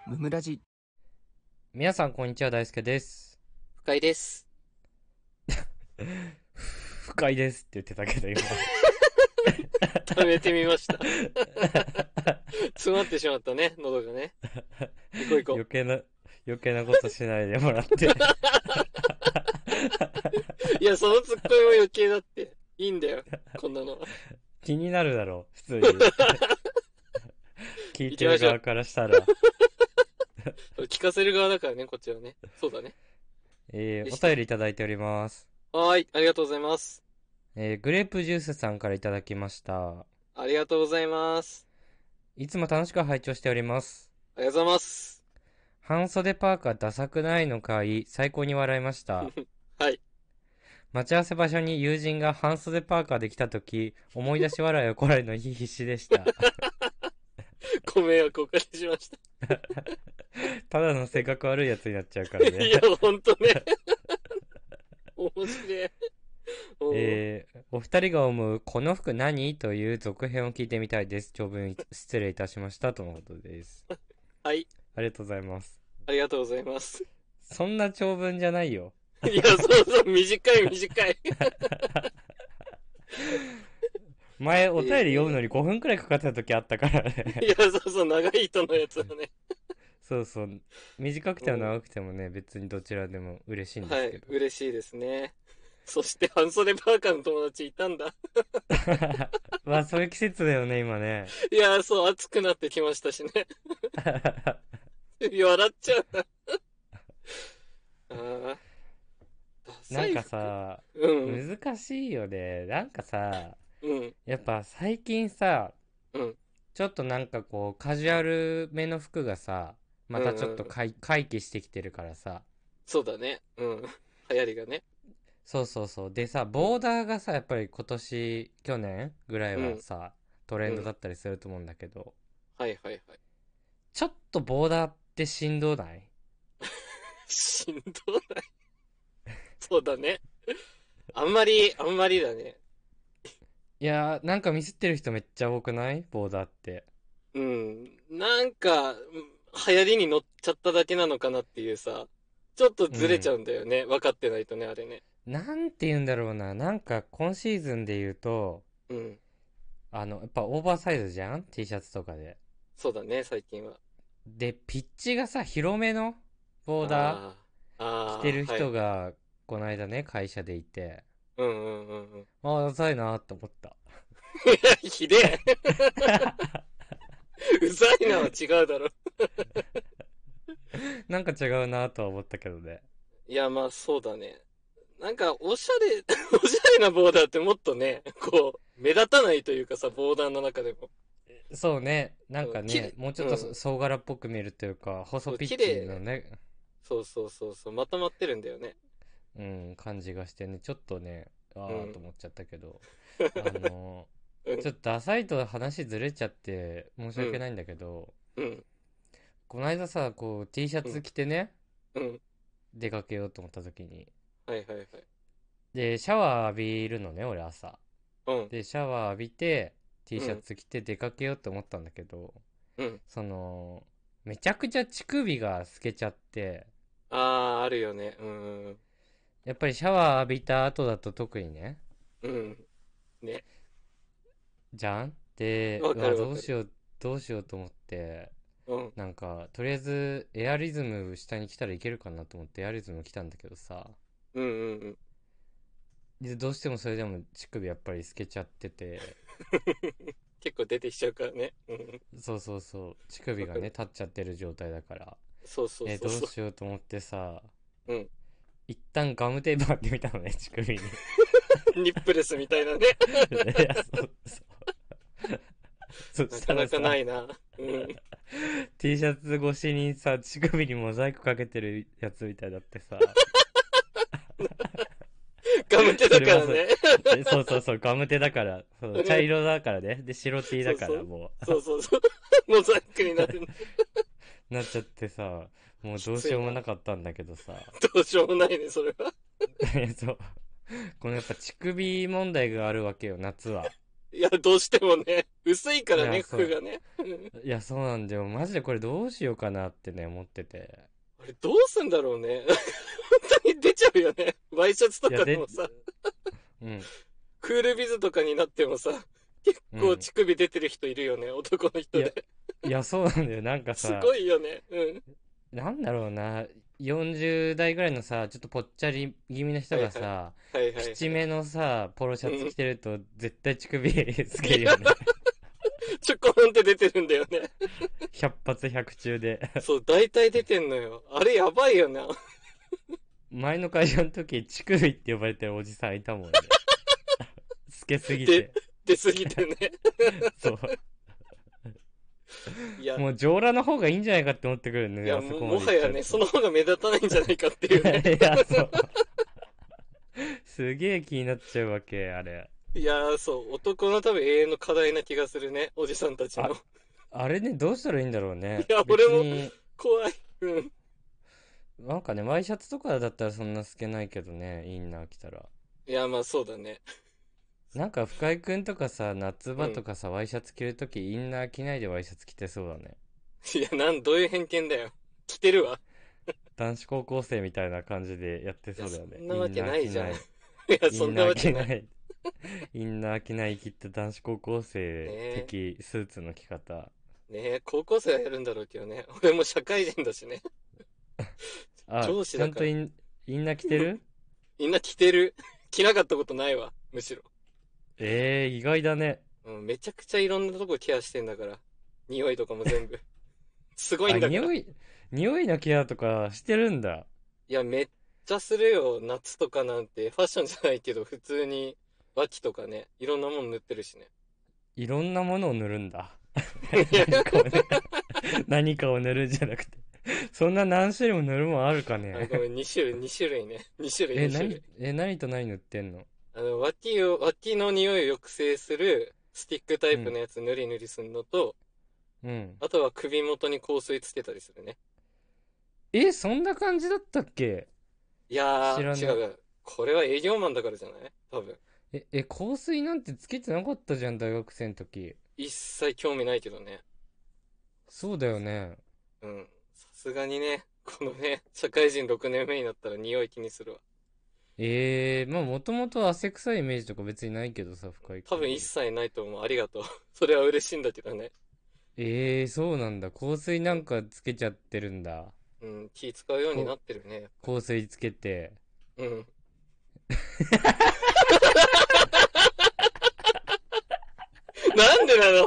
ムムラジ。 皆さんこんにちは、大輔です。 深井です。 深いですって言ってたけど今食べてみました。詰まってしまったね、喉がね。行こう行こ余計なことしないでもらってう。いや、そのツッコミも余計だって。いいんだよ、こんなのは。 気になるだろう、普通に聞いてる側からしたら。 聞かせる側だからね、こっちはね。そうだね。 お便りいただいております。 はーい、ありがとうございます。 グレープジュースさんからいただきました。 ありがとうございます。 いつも楽しく拝聴しております。 ありがとうございます。 半袖パーカーダサくないのかい、最高に笑いました。 はい。 待ち合わせ場所に友人が半袖パーカーで来た時、思い出し笑いをこらえるのに必死でしたご迷惑おかけしました。 ただの性格悪いやつになっちゃうからねいや、ほんとね。面白い。 お二人が思うこの服何という続編を聞いてみたいです。長文失礼いたしましたとのことです。 はい。 ありがとうございます。 ありがとうございます。 そんな長文じゃないよ。 いや、そうそう、短い。 前お便り読むのに5分くらいかかってた時あったからねいや、そうそう、長い糸のやつだね。 そうそう、短くても長くてもね、別にどちらでも嬉しいんではい、 すけど嬉しいですね。そして半袖パーカーの友達いたんだ。 まあそういう季節だよね今ねいや、そう、暑くなってきましたしね。笑っちゃうな。あーダなんかサい服。 さ、 うん、 難しいよね。なんかさ、 うん、 やっぱ最近さ、 うん、 ちょっとなんかこうカジュアルめの服がさ、まうん、 たちょっとうん。 回帰してきてるからさ。 そうだね。うん。流行りがね。 そうそうそう。でさ、 うん、 ボーダーがさ、やっぱり去年ぐらいうん、 はさ、トレうん。 ンドだったりすると思うんだけど、 はいはいはい。 ちょっとボーダーってしんどない？ しんどない。そうだね。あんまりだね。 いやー、なんかミスってる人めっちゃ多くないボーダーって。 うん。なんか、流行りに乗っちゃっただけなのかなっていうさ、ちょっとうん。 ずれちゃうんだよね。分かってないとね、あれね。 なんて言うんだろうな。なんか今シーズンで言うと、 うん。 やっぱオーバーサイズじゃん ?T シャツとかで。 そうだね、最近は。 で、ピッチがさ、広めのボーダーああ、ああ、はい。 着てる人が、この間ね、会社でいて、 うんうんうんうん。 ああ、ダサいなって思った。 いや、ひでえ。うざいなは違うだろ。 なんか違うなとは思ったけどね。 いや、まあそうだね。なんか、おしゃれ、おしゃれなボーダーってもっとね、こう、目立たないというかさ、ボーダーの中でも。 そうね、なんうん、 かね、もうちょっとうん。 総柄っぽく見えるというか、細そう、 ピッチの綺麗。 ね、 そう、まとまってるんだよね。 うん、感じがしてね、ちょっとね、 うん。 ああと思っちゃったけど、あのうん、 ちょっとダサいと話ずれちゃって申しうん、 訳ないんだけど、 うん、 この間さ、こう T シャツうん、 着てね、 うん。 出かけようと思った時に、 はいはいはい。 で、シャワー浴びるのね、俺朝。 うん、 で、シャワー浴びて、T うん、 シャツ着て出かけようと思ったんだけど、 うん。 その、めちゃくちゃ乳首が透けちゃって、 ああ、あるよね。うん、 やっぱりシャワー浴びた後だと特にね、 うん。ね。 じゃんで、 わうわ、 かるわかる。 どうしようと思って、 うん、 なんか、とりあえず、エアリズム下に来たらいけるかなと思ってエアリズム来たんだけどさ、 うん、うん、うん。 で、どうしてもそれでも乳首やっぱり透けちゃってて、 結構出てきちゃうからね。うん、 そうそうそう、乳首がね、 わかる。 立っちゃってる状態だから、どうそう。 しようと思ってさ、 うん。 一旦ガムテープ貼ってみたのね、乳首に。いニップレスみたいなね。 や、そしなかなかなたらさ、 いな。うん。 T シャツ越しにさ、乳首にモザイクかけてるやつみたいだってさ、 ガム手それはそれ、 だからね。 そうそうそう、ガムテだから、そう茶ね。 色だからね。で、白 T だからそうそう。 もう、 そう。モザイクになるの。 なっちゃってさ、もうきどうしようもついな。 なかったんだけどさ、 どうしようもないね、それは。 そう。このやっぱ乳首問題があるわけよ、夏は。 いや、どうしてもね。 薄いからね、 いや、そう。 服がね。 いや、そうなんだよ。マジでこれどうしようかなってね、思ってて。 あれ、どうすんだろうね。本当に出ちゃうよね。ワイシャツといや、 かでもさ、 うん、 クールビズとかになってもさ、結うん。 構乳首出てる人いるよね、男のいや、 人で。 いや、そうなんだよ。なんかすさ、 ごいよね。うん。 なんだろうな、40代ぐらいのさ、ちょっとぽっちゃり気味の人はいはい。 がさ、 はいはいはい。 ピチめのさ、ポロシャツ着うん。 てると絶対乳首ついや、 けるよね。 ちょこんって出てるんだよね。 百発百中で。 そう、大体出てんのよ。あれやばいよな。 前の会社の時、乳首って呼ばれてるおじさんいたもんね。つけすぎで、 て。 出すぎてね。 そう。 いや、 もう上裸の方がいいんじゃないかって思ってくるね、 いや、 あそこまで行っもはやね、そちゃうと。 の方が目立たないんじゃないかっていうね。 いや、そう。すげえ気になっちゃうわけ、あれ。 いやー、そう、男の多分永遠の課題な気がするね、おじさんたちの。 あ、あれね、どうしたらいいんだろういね。 や、俺も別に、 怖い。うん。 なんかね、ワイシャツとかだったらそんな透けないけどね、インナー着たら。 いや、まあそうだね。 なんか深井くんとかさ、夏うん。 場とかさ、ワイシャツ着るときインナー着ないでワイシャツ着てそうだね。 いや、どういう偏見だよ。着てるわ。 男子高校生みたいな感じでやっていや、 そうだよね。 そんなわけインナーないじゃん。い着ない。 や、そんなインナーわけない。 着ない。インナー着ない着って男子高校ね生え。 的スーツの着方。 ねえ、高校生はやるんだろうけどね。俺も社会人だしね。 あ、ちゃ上司だから。 んとインナー着てる？ みんな着てる。着なかったことないわ。むしろ。 意外だね。 うん、めちゃくちゃいろんなとこケアしてんだから。匂いとかも全部。すごいあ、 んだから。 匂いのケアとかしてるんだ。 いや、めっちゃするよ。夏とかなんて。ファッションじゃないけど、普通に、脇とかね、いろんなもの塗ってるしね。 いろんなものを塗るんだ。 いや、 何かをね、何かを塗るんじゃなくて。そんな何種類も塗るもんあるかあ、ごね。 めん、2種類、2種類ね。2種類、2種類。 何と何塗ってんの？ 脇の匂いを抑制する、スティックタイプうん、 のやつ塗り塗りするのと、 うん。 あとは首元に香水つけたりするね。 そんな感じだったっけ？ いやー、 知らない。 違う。これは営業マンだからじゃない多分。 香水なんてつけてなかったじゃん、大学生の時。 一切興味ないけどね。 そうだよね。 うん。さすがにね、このね、社会人6年目になったら匂い気にするわ。 まあもともと汗臭いイメージとか別にないけどさ、深井多分一君に。 切ないと思う。ありがとう。それは嬉しいんだけどね。 そうなんだ。香水なんかつけちゃってるんだ。 うん、気使うようになこ、 ってるね、やっぱり。 香水つけて。 うん。なんでなの？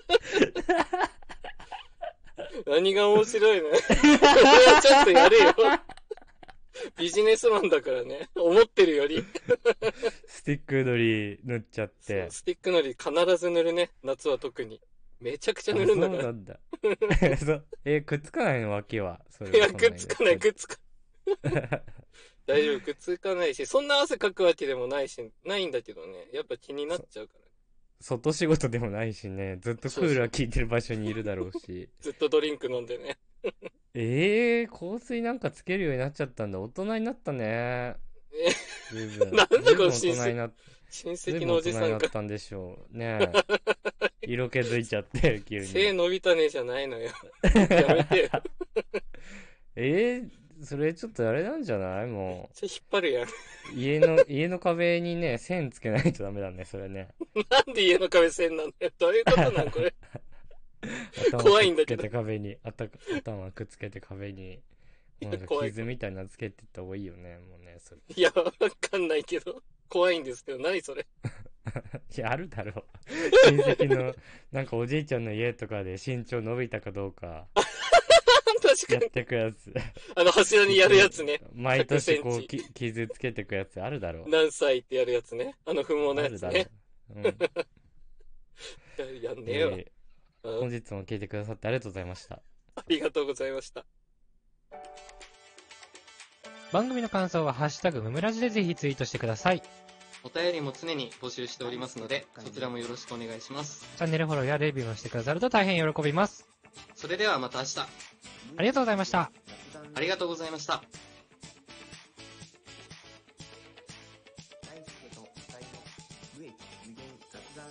何が面白いの？これはちょっとやれよ。ビジネスマンだからね。思ってるより。 スティックのり塗っちゃっそう、 て。 スティックのり必ず塗るね。夏は特に。めちゃくちゃ塗あ、 るんだから。 そうなんだ。そう。くっつかないの脇は。それいや、 をそんなにくっつかない、 塗っちゃって。 くっつか、大丈夫、くっつかないし、そんな汗かくわけでもないし、ないんだけどね。やっぱ気になっちゃうから。 外仕事でもないしね。ずっとクーラーそうそう。 効いてる場所にいるだろうし。 ずっとドリンク飲んでね。 香水なんかつけるようになっちゃったんだ。大人になったね。 なんだこの親ずい戚のおぶん大人にじさんか。 なったんでしょう。ねえ。色気づいちゃって、急に。 背伸びたねじゃないのよ。やめてよ。 それちょっとあれなんじゃない？ めっもちゃ引っ張るやん。 う、家の壁にね、線つけないとダメだね、それね。 なんで家の壁線なんだよ。どういうことなんこれ。 頭怖くっつけいんだけど。 て壁に、頭くっつけて壁に、 いや、 なんか怖い怖い。 傷みたいなのつけてった方がいいよね、もうね、それ。 いや、わかんないけど。怖いんですけど、何それ。 いや、あるだろう。親戚の、なんかおじいちゃんの家とかで身長伸びたかどうか、やっ確かに。 てくやつ。 柱にやるやつね。 毎 100セ年こう、 ンチ。 傷つけてくやつあるだろ何歳ってやるやつね。不毛う。 なあるだろやつね。 う。うん。 やんねえわ。 え本日も聞いてくださってありがとうございました。 ありがとうございました。 番組の感想はハッシュタグムムラジでぜひツイートしてください。 お便りも常に募集しておりますので、そちらもよろしくお願いします。 チャンネルフォローやレビューもしてくださると大変喜びます。 それではまた明日。 ありがとうございました。 ありがとうございました。 大輔と二人の無益無限雑談